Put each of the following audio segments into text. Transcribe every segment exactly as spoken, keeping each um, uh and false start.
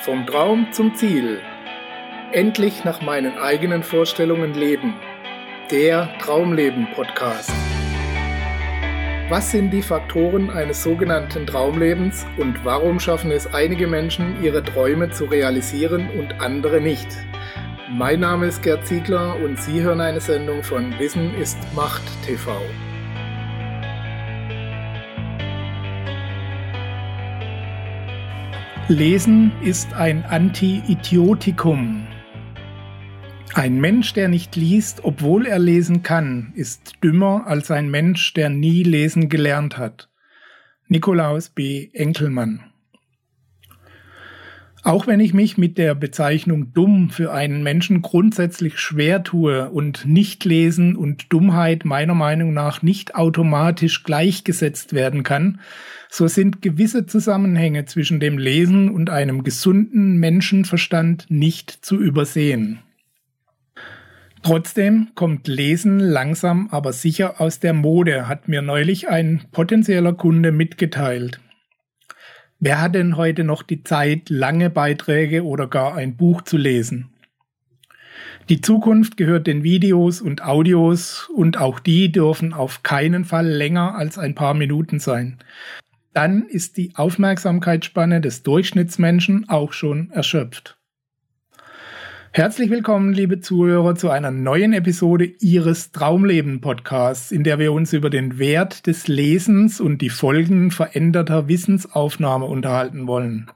Vom Traum zum Ziel. Endlich nach meinen eigenen Vorstellungen leben. Der Traumleben-Podcast. Was sind die Faktoren eines sogenannten Traumlebens und warum schaffen es einige Menschen, ihre Träume zu realisieren und andere nicht? Mein Name ist Gerd Ziegler und Sie hören eine Sendung von Wissen ist Macht T V. Lesen ist ein Anti-Idiotikum. Ein Mensch, der nicht liest, obwohl er lesen kann, ist dümmer als ein Mensch, der nie lesen gelernt hat. Nikolaus B. Enkelmann. Auch wenn ich mich mit der Bezeichnung dumm für einen Menschen grundsätzlich schwer tue und Nichtlesen und Dummheit meiner Meinung nach nicht automatisch gleichgesetzt werden kann, so sind gewisse Zusammenhänge zwischen dem Lesen und einem gesunden Menschenverstand nicht zu übersehen. Trotzdem kommt Lesen langsam aber sicher aus der Mode, hat mir neulich ein potenzieller Kunde mitgeteilt. Wer hat denn heute noch die Zeit, lange Beiträge oder gar ein Buch zu lesen? Die Zukunft gehört den Videos und Audios und auch die dürfen auf keinen Fall länger als ein paar Minuten sein. Dann ist die Aufmerksamkeitsspanne des Durchschnittsmenschen auch schon erschöpft. Herzlich willkommen, liebe Zuhörer, zu einer neuen Episode Ihres Traumleben-Podcasts, in der wir uns über den Wert des Lesens und die Folgen veränderter Wissensaufnahme unterhalten wollen.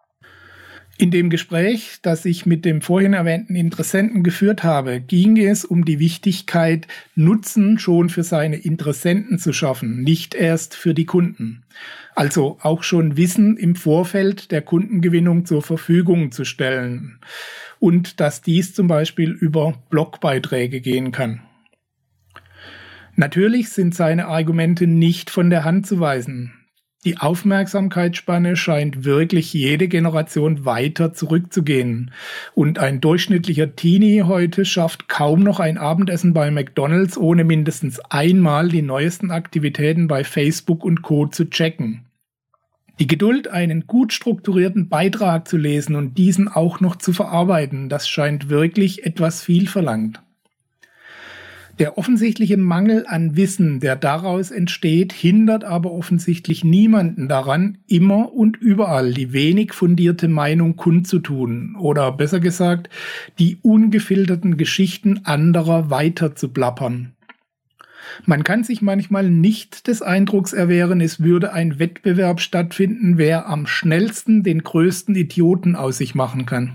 In dem Gespräch, das ich mit dem vorhin erwähnten Interessenten geführt habe, ging es um die Wichtigkeit, Nutzen schon für seine Interessenten zu schaffen, nicht erst für die Kunden. Also auch schon Wissen im Vorfeld der Kundengewinnung zur Verfügung zu stellen. Und dass dies zum Beispiel über Blogbeiträge gehen kann. Natürlich sind seine Argumente nicht von der Hand zu weisen. Die Aufmerksamkeitsspanne scheint wirklich jede Generation weiter zurückzugehen. Und ein durchschnittlicher Teenie heute schafft kaum noch ein Abendessen bei McDonald's, ohne mindestens einmal die neuesten Aktivitäten bei Facebook und Co. zu checken. Die Geduld, einen gut strukturierten Beitrag zu lesen und diesen auch noch zu verarbeiten, das scheint wirklich etwas viel verlangt. Der offensichtliche Mangel an Wissen, der daraus entsteht, hindert aber offensichtlich niemanden daran, immer und überall die wenig fundierte Meinung kundzutun oder besser gesagt, die ungefilterten Geschichten anderer weiter zu plappern. Man kann sich manchmal nicht des Eindrucks erwehren, es würde ein Wettbewerb stattfinden, wer am schnellsten den größten Idioten aus sich machen kann.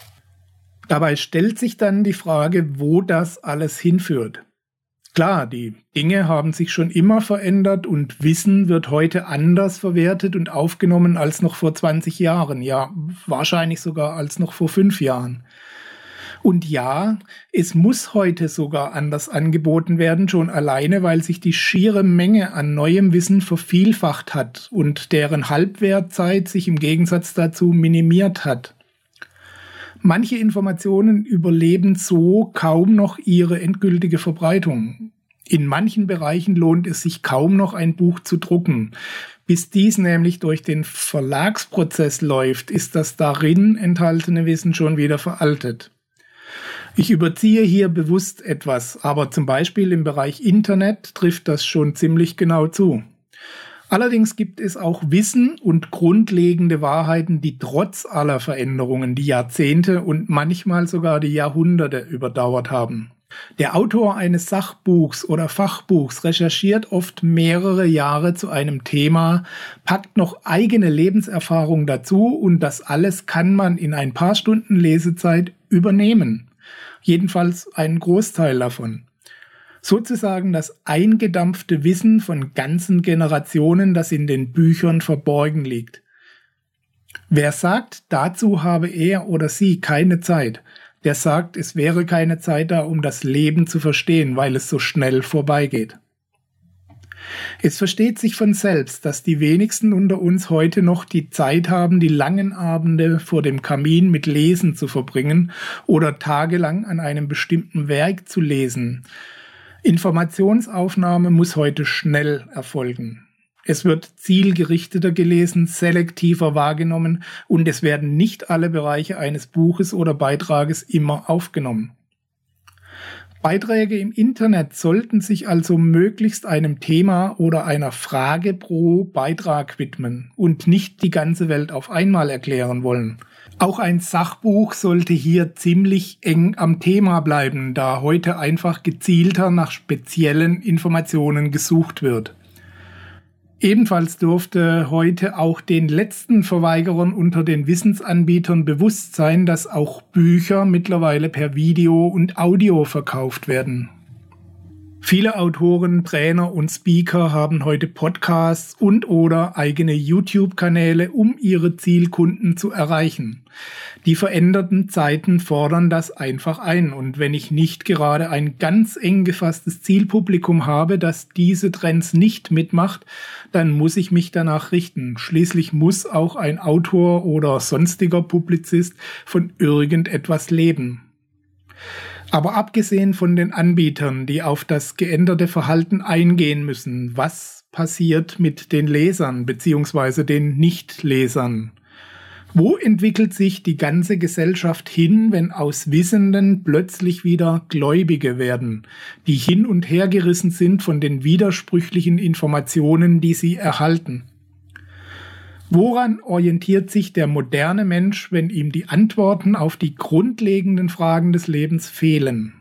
Dabei stellt sich dann die Frage, wo das alles hinführt. Klar, die Dinge haben sich schon immer verändert und Wissen wird heute anders verwertet und aufgenommen als noch vor zwanzig Jahren, ja, wahrscheinlich sogar als noch vor fünf Jahren. Und ja, es muss heute sogar anders angeboten werden, schon alleine, weil sich die schiere Menge an neuem Wissen vervielfacht hat und deren Halbwertzeit sich im Gegensatz dazu minimiert hat. Manche Informationen überleben so kaum noch ihre endgültige Verbreitung. In manchen Bereichen lohnt es sich kaum noch ein Buch zu drucken. Bis dies nämlich durch den Verlagsprozess läuft, ist das darin enthaltene Wissen schon wieder veraltet. Ich überziehe hier bewusst etwas, aber zum Beispiel im Bereich Internet trifft das schon ziemlich genau zu. Allerdings gibt es auch Wissen und grundlegende Wahrheiten, die trotz aller Veränderungen die Jahrzehnte und manchmal sogar die Jahrhunderte überdauert haben. Der Autor eines Sachbuchs oder Fachbuchs recherchiert oft mehrere Jahre zu einem Thema, packt noch eigene Lebenserfahrung dazu und das alles kann man in ein paar Stunden Lesezeit übernehmen. Jedenfalls einen Großteil davon. Sozusagen das eingedampfte Wissen von ganzen Generationen, das in den Büchern verborgen liegt. Wer sagt, dazu habe er oder sie keine Zeit, der sagt, es wäre keine Zeit da, um das Leben zu verstehen, weil es so schnell vorbeigeht. Es versteht sich von selbst, dass die wenigsten unter uns heute noch die Zeit haben, die langen Abende vor dem Kamin mit Lesen zu verbringen oder tagelang an einem bestimmten Werk zu lesen. Informationsaufnahme muss heute schnell erfolgen. Es wird zielgerichteter gelesen, selektiver wahrgenommen und es werden nicht alle Bereiche eines Buches oder Beitrages immer aufgenommen. Beiträge im Internet sollten sich also möglichst einem Thema oder einer Frage pro Beitrag widmen und nicht die ganze Welt auf einmal erklären wollen. Auch ein Sachbuch sollte hier ziemlich eng am Thema bleiben, da heute einfach gezielter nach speziellen Informationen gesucht wird. Ebenfalls dürfte heute auch den letzten Verweigerern unter den Wissensanbietern bewusst sein, dass auch Bücher mittlerweile per Video und Audio verkauft werden. Viele Autoren, Trainer und Speaker haben heute Podcasts und oder eigene YouTube-Kanäle, um ihre Zielkunden zu erreichen. Die veränderten Zeiten fordern das einfach ein. Und wenn ich nicht gerade ein ganz eng gefasstes Zielpublikum habe, das diese Trends nicht mitmacht, dann muss ich mich danach richten. Schließlich muss auch ein Autor oder sonstiger Publizist von irgendetwas leben. Aber abgesehen von den Anbietern, die auf das geänderte Verhalten eingehen müssen, was passiert mit den Lesern bzw. den Nichtlesern? Wo entwickelt sich die ganze Gesellschaft hin, wenn aus Wissenden plötzlich wieder Gläubige werden, die hin und her gerissen sind von den widersprüchlichen Informationen, die sie erhalten? Woran orientiert sich der moderne Mensch, wenn ihm die Antworten auf die grundlegenden Fragen des Lebens fehlen?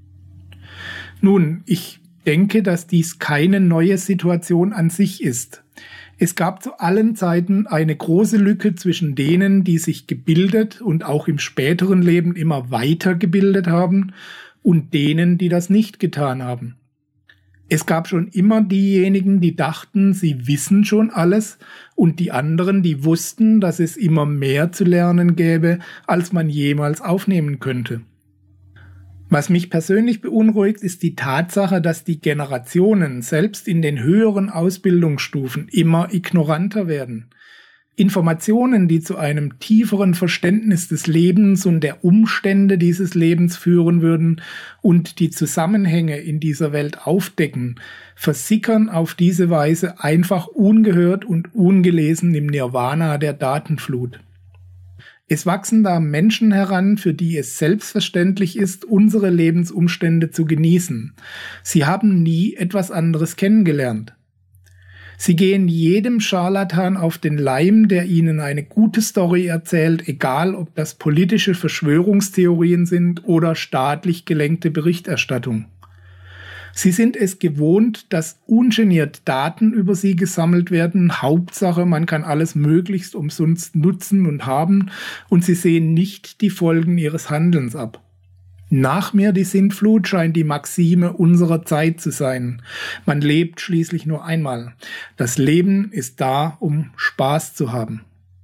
Nun, ich denke, dass dies keine neue Situation an sich ist. Es gab zu allen Zeiten eine große Lücke zwischen denen, die sich gebildet und auch im späteren Leben immer weiter gebildet haben, und denen, die das nicht getan haben. Es gab schon immer diejenigen, die dachten, sie wissen schon alles, und die anderen, die wussten, dass es immer mehr zu lernen gäbe, als man jemals aufnehmen könnte. Was mich persönlich beunruhigt, ist die Tatsache, dass die Generationen selbst in den höheren Ausbildungsstufen immer ignoranter werden. Informationen, die zu einem tieferen Verständnis des Lebens und der Umstände dieses Lebens führen würden und die Zusammenhänge in dieser Welt aufdecken, versickern auf diese Weise einfach ungehört und ungelesen im Nirvana der Datenflut. Es wachsen da Menschen heran, für die es selbstverständlich ist, unsere Lebensumstände zu genießen. Sie haben nie etwas anderes kennengelernt. Sie gehen jedem Scharlatan auf den Leim, der ihnen eine gute Story erzählt, egal ob das politische Verschwörungstheorien sind oder staatlich gelenkte Berichterstattung. Sie sind es gewohnt, dass ungeniert Daten über sie gesammelt werden. Hauptsache, man kann alles möglichst umsonst nutzen und haben, und sie sehen nicht die Folgen ihres Handelns ab. Nach mir die Sintflut scheint die Maxime unserer Zeit zu sein. Man lebt schließlich nur einmal. Das Leben ist da, um Spaß zu haben.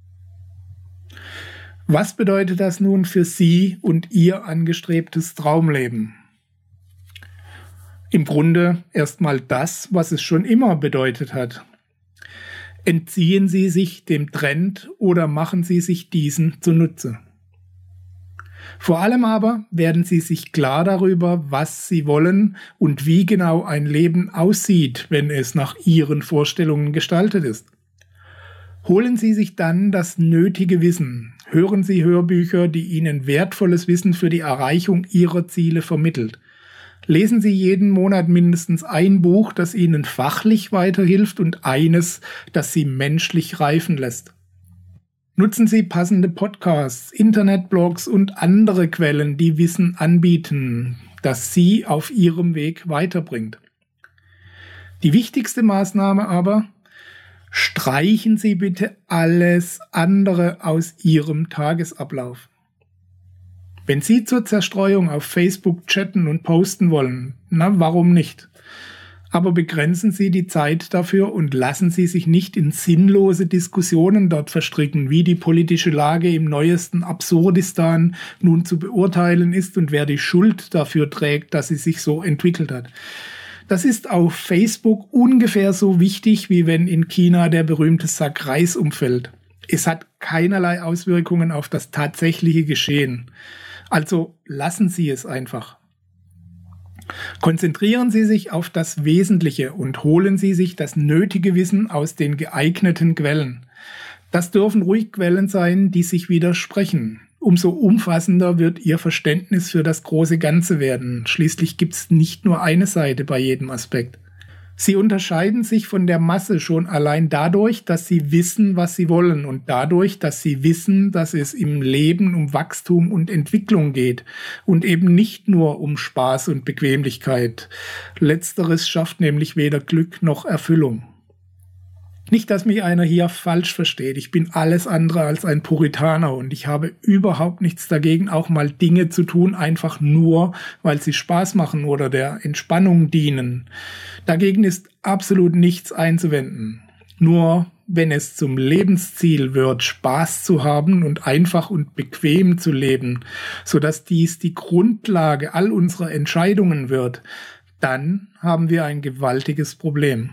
Was bedeutet das nun für Sie und Ihr angestrebtes Traumleben? Im Grunde erstmal das, was es schon immer bedeutet hat. Entziehen Sie sich dem Trend oder machen Sie sich diesen zunutze. Vor allem aber werden Sie sich klar darüber, was Sie wollen und wie genau ein Leben aussieht, wenn es nach Ihren Vorstellungen gestaltet ist. Holen Sie sich dann das nötige Wissen. Hören Sie Hörbücher, die Ihnen wertvolles Wissen für die Erreichung Ihrer Ziele vermittelt. Lesen Sie jeden Monat mindestens ein Buch, das Ihnen fachlich weiterhilft, und eines, das Sie menschlich reifen lässt. Nutzen Sie passende Podcasts, Internetblogs und andere Quellen, die Wissen anbieten, das Sie auf Ihrem Weg weiterbringt. Die wichtigste Maßnahme aber: streichen Sie bitte alles andere aus Ihrem Tagesablauf. Wenn Sie zur Zerstreuung auf Facebook chatten und posten wollen, na, warum nicht? Aber begrenzen Sie die Zeit dafür und lassen Sie sich nicht in sinnlose Diskussionen dort verstricken, wie die politische Lage im neuesten Absurdistan nun zu beurteilen ist und wer die Schuld dafür trägt, dass sie sich so entwickelt hat. Das ist auf Facebook ungefähr so wichtig, wie wenn in China der berühmte Sack Reis umfällt. Es hat keinerlei Auswirkungen auf das tatsächliche Geschehen. Also lassen Sie es einfach. Konzentrieren Sie sich auf das Wesentliche und holen Sie sich das nötige Wissen aus den geeigneten Quellen. Das dürfen ruhig Quellen sein, die sich widersprechen. Umso umfassender wird Ihr Verständnis für das große Ganze werden. Schließlich gibt es nicht nur eine Seite bei jedem Aspekt. Sie unterscheiden sich von der Masse schon allein dadurch, dass sie wissen, was sie wollen und dadurch, dass sie wissen, dass es im Leben um Wachstum und Entwicklung geht und eben nicht nur um Spaß und Bequemlichkeit. Letzteres schafft nämlich weder Glück noch Erfüllung. Nicht, dass mich einer hier falsch versteht. Ich bin alles andere als ein Puritaner und ich habe überhaupt nichts dagegen, auch mal Dinge zu tun, einfach nur, weil sie Spaß machen oder der Entspannung dienen. Dagegen ist absolut nichts einzuwenden. Nur wenn es zum Lebensziel wird, Spaß zu haben und einfach und bequem zu leben, sodass dies die Grundlage all unserer Entscheidungen wird, dann haben wir ein gewaltiges Problem.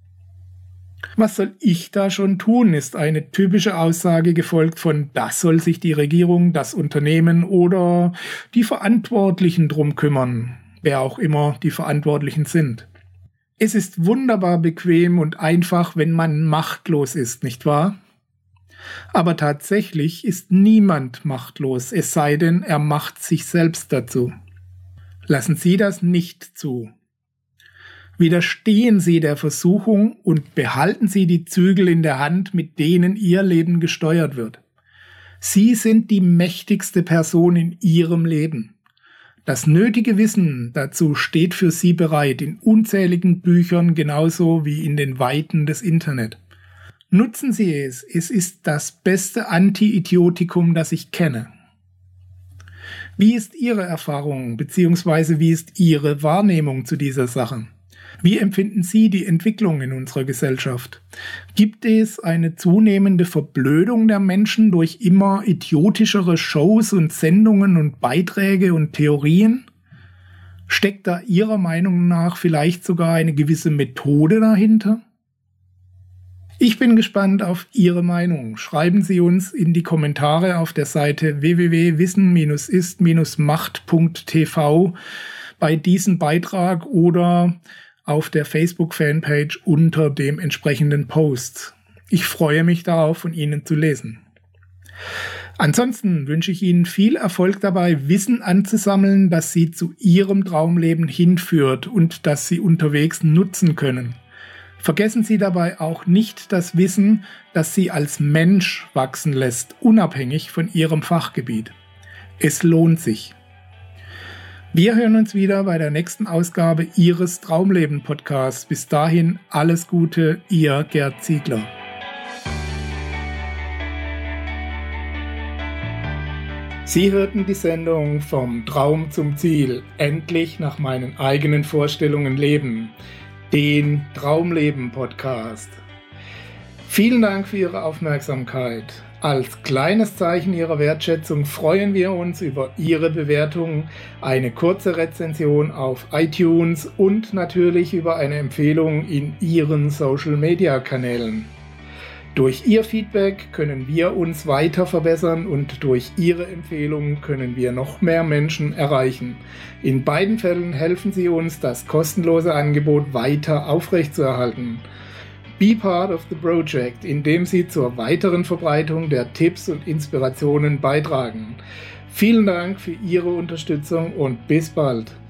Was soll ich da schon tun, ist eine typische Aussage gefolgt von, das soll sich die Regierung, das Unternehmen oder die Verantwortlichen drum kümmern, wer auch immer die Verantwortlichen sind. Es ist wunderbar bequem und einfach, wenn man machtlos ist, nicht wahr? Aber tatsächlich ist niemand machtlos, es sei denn, er macht sich selbst dazu. Lassen Sie das nicht zu. Widerstehen Sie der Versuchung und behalten Sie die Zügel in der Hand, mit denen Ihr Leben gesteuert wird. Sie sind die mächtigste Person in Ihrem Leben. Das nötige Wissen dazu steht für Sie bereit in unzähligen Büchern genauso wie in den Weiten des Internet. Nutzen Sie es, es ist das beste Anti-Idiotikum, das ich kenne. Wie ist Ihre Erfahrung bzw. wie ist Ihre Wahrnehmung zu dieser Sache? Wie empfinden Sie die Entwicklung in unserer Gesellschaft? Gibt es eine zunehmende Verblödung der Menschen durch immer idiotischere Shows und Sendungen und Beiträge und Theorien? Steckt da Ihrer Meinung nach vielleicht sogar eine gewisse Methode dahinter? Ich bin gespannt auf Ihre Meinung. Schreiben Sie uns in die Kommentare auf der Seite w w w punkt wissen ist macht punkt t v bei diesem Beitrag oder auf der Facebook-Fanpage unter dem entsprechenden Post. Ich freue mich darauf, von Ihnen zu lesen. Ansonsten wünsche ich Ihnen viel Erfolg dabei, Wissen anzusammeln, das Sie zu Ihrem Traumleben hinführt und das Sie unterwegs nutzen können. Vergessen Sie dabei auch nicht das Wissen, das Sie als Mensch wachsen lässt, unabhängig von Ihrem Fachgebiet. Es lohnt sich. Wir hören uns wieder bei der nächsten Ausgabe Ihres Traumleben-Podcasts. Bis dahin alles Gute, Ihr Gerd Ziegler. Sie hörten die Sendung Vom Traum zum Ziel, endlich nach meinen eigenen Vorstellungen leben, den Traumleben-Podcast. Vielen Dank für Ihre Aufmerksamkeit. Als kleines Zeichen Ihrer Wertschätzung freuen wir uns über Ihre Bewertung, eine kurze Rezension auf iTunes und natürlich über eine Empfehlung in Ihren Social-Media-Kanälen. Durch Ihr Feedback können wir uns weiter verbessern und durch Ihre Empfehlungen können wir noch mehr Menschen erreichen. In beiden Fällen helfen Sie uns, das kostenlose Angebot weiter aufrechtzuerhalten. Be part of the project, indem Sie zur weiteren Verbreitung der Tipps und Inspirationen beitragen. Vielen Dank für Ihre Unterstützung und bis bald.